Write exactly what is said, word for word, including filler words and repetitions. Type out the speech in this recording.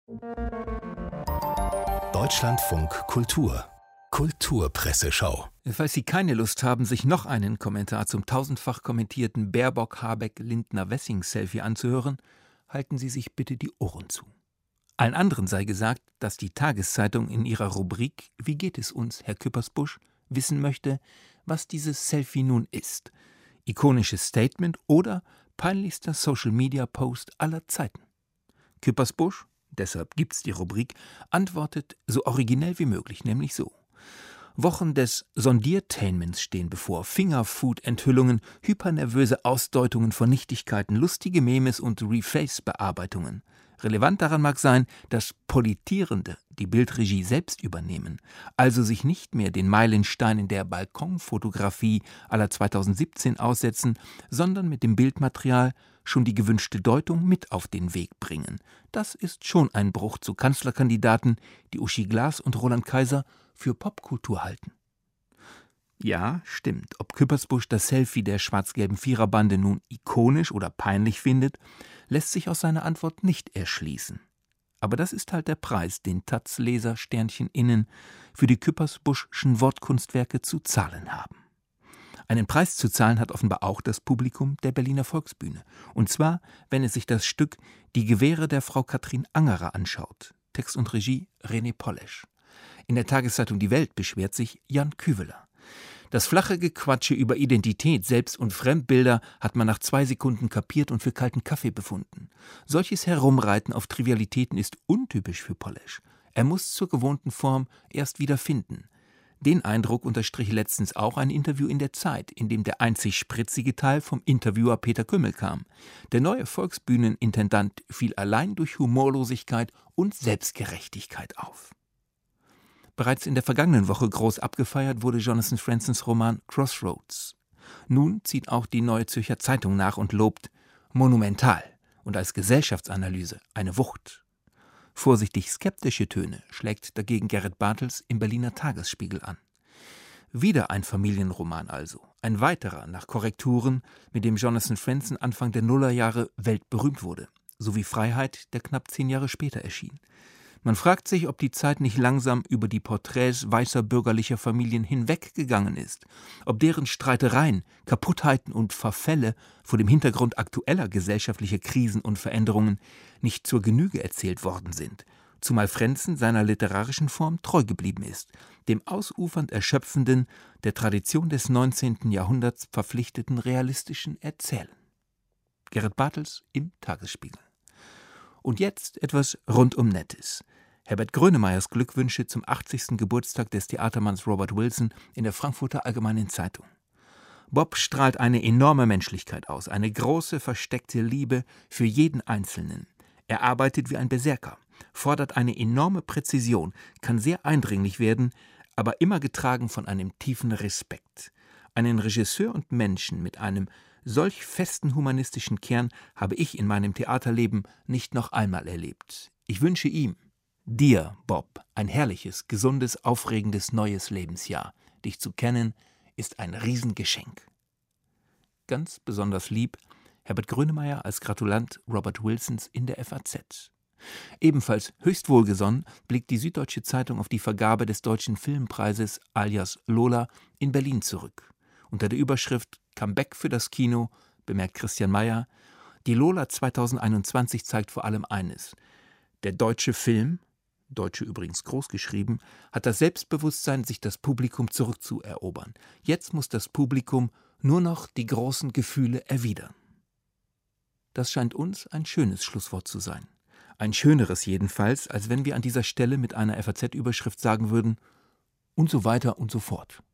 Deutschlandfunk Kultur Kulturpresseschau. Falls Sie keine Lust haben, sich noch einen Kommentar zum tausendfach kommentierten Baerbock-Habeck-Lindner-Wessing-Selfie anzuhören, halten Sie sich bitte die Ohren zu. Allen anderen sei gesagt, dass die Tageszeitung in ihrer Rubrik »Wie geht es uns, Herr Küppersbusch?« wissen möchte, was dieses Selfie nun ist. Ikonisches Statement oder peinlichster Social-Media-Post aller Zeiten. Küppersbusch, deshalb gibt's die Rubrik, antwortet so originell wie möglich, nämlich so. Wochen des Sondiertainments stehen bevor. Fingerfood-Enthüllungen, hypernervöse Ausdeutungen von Nichtigkeiten, lustige Memes und Reface-Bearbeitungen. Relevant daran mag sein, dass Politierende die Bildregie selbst übernehmen, also sich nicht mehr den Meilensteinen der Balkonfotografie à la zweitausendsiebzehn aussetzen, sondern mit dem Bildmaterial schon die gewünschte Deutung mit auf den Weg bringen. Das ist schon ein Bruch zu Kanzlerkandidaten, die Uschi Glas und Roland Kaiser für Popkultur halten. Ja, stimmt. Ob Küppersbusch das Selfie der schwarz-gelben Viererbande nun ikonisch oder peinlich findet, lässt sich aus seiner Antwort nicht erschließen. Aber das ist halt der Preis, den Taz-Leser Sternchen innen für die Küppersbuschschen Wortkunstwerke zu zahlen haben. Einen Preis zu zahlen hat offenbar auch das Publikum der Berliner Volksbühne. Und zwar, wenn es sich das Stück Die Gewehre der Frau Katrin Angerer anschaut. Text und Regie René Polesch. In der Tageszeitung Die Welt beschwert sich Jan Küveler. Das flache Gequatsche über Identität, Selbst- und Fremdbilder hat man nach zwei Sekunden kapiert und für kalten Kaffee befunden. Solches Herumreiten auf Trivialitäten ist untypisch für Polesch. Er muss zur gewohnten Form erst wieder finden. Den Eindruck unterstrich letztens auch ein Interview in der Zeit, in dem der einzig spritzige Teil vom Interviewer Peter Kümmel kam. Der neue Volksbühnenintendant fiel allein durch Humorlosigkeit und Selbstgerechtigkeit auf. Bereits in der vergangenen Woche groß abgefeiert wurde Jonathan Fransons Roman Crossroads. Nun zieht auch die Neue Zürcher Zeitung nach und lobt monumental und als Gesellschaftsanalyse eine Wucht. Vorsichtig skeptische Töne schlägt dagegen Gerrit Bartels im Berliner Tagesspiegel an. Wieder ein Familienroman also, ein weiterer nach Korrekturen, mit dem Jonathan Franzen Anfang der Nullerjahre weltberühmt wurde, sowie Freiheit, der knapp zehn Jahre später erschien. Man fragt sich, ob die Zeit nicht langsam über die Porträts weißer bürgerlicher Familien hinweggegangen ist, ob deren Streitereien, Kaputtheiten und Verfälle vor dem Hintergrund aktueller gesellschaftlicher Krisen und Veränderungen nicht zur Genüge erzählt worden sind, zumal Franzen seiner literarischen Form treu geblieben ist, dem ausufernd erschöpfenden, der Tradition des neunzehnten Jahrhunderts verpflichteten realistischen Erzählen. Gerrit Bartels im Tagesspiegel. Und jetzt etwas rundum Nettes. Herbert Grönemeyers Glückwünsche zum achtzigsten Geburtstag des Theatermanns Robert Wilson in der Frankfurter Allgemeinen Zeitung. Bob strahlt eine enorme Menschlichkeit aus, eine große, versteckte Liebe für jeden Einzelnen. Er arbeitet wie ein Berserker, fordert eine enorme Präzision, kann sehr eindringlich werden, aber immer getragen von einem tiefen Respekt. Einen Regisseur und Menschen mit einem solch festen humanistischen Kern habe ich in meinem Theaterleben nicht noch einmal erlebt. Ich wünsche ihm, dir, Bob, ein herrliches, gesundes, aufregendes neues Lebensjahr. Dich zu kennen, ist ein Riesengeschenk. Ganz besonders lieb Herbert Grönemeyer als Gratulant Robert Wilsons in der F A Z. Ebenfalls höchst wohlgesonnen blickt die Süddeutsche Zeitung auf die Vergabe des Deutschen Filmpreises alias Lola in Berlin zurück. Unter der Überschrift Comeback für das Kino bemerkt Christian Mayer, die Lola zweitausendeinundzwanzig zeigt vor allem eines: Der deutsche Film, Deutsche übrigens groß geschrieben, hat das Selbstbewusstsein, sich das Publikum zurückzuerobern. Jetzt muss das Publikum nur noch die großen Gefühle erwidern. Das scheint uns ein schönes Schlusswort zu sein. Ein schöneres jedenfalls, als wenn wir an dieser Stelle mit einer F A Z-Überschrift sagen würden: und so weiter und so fort.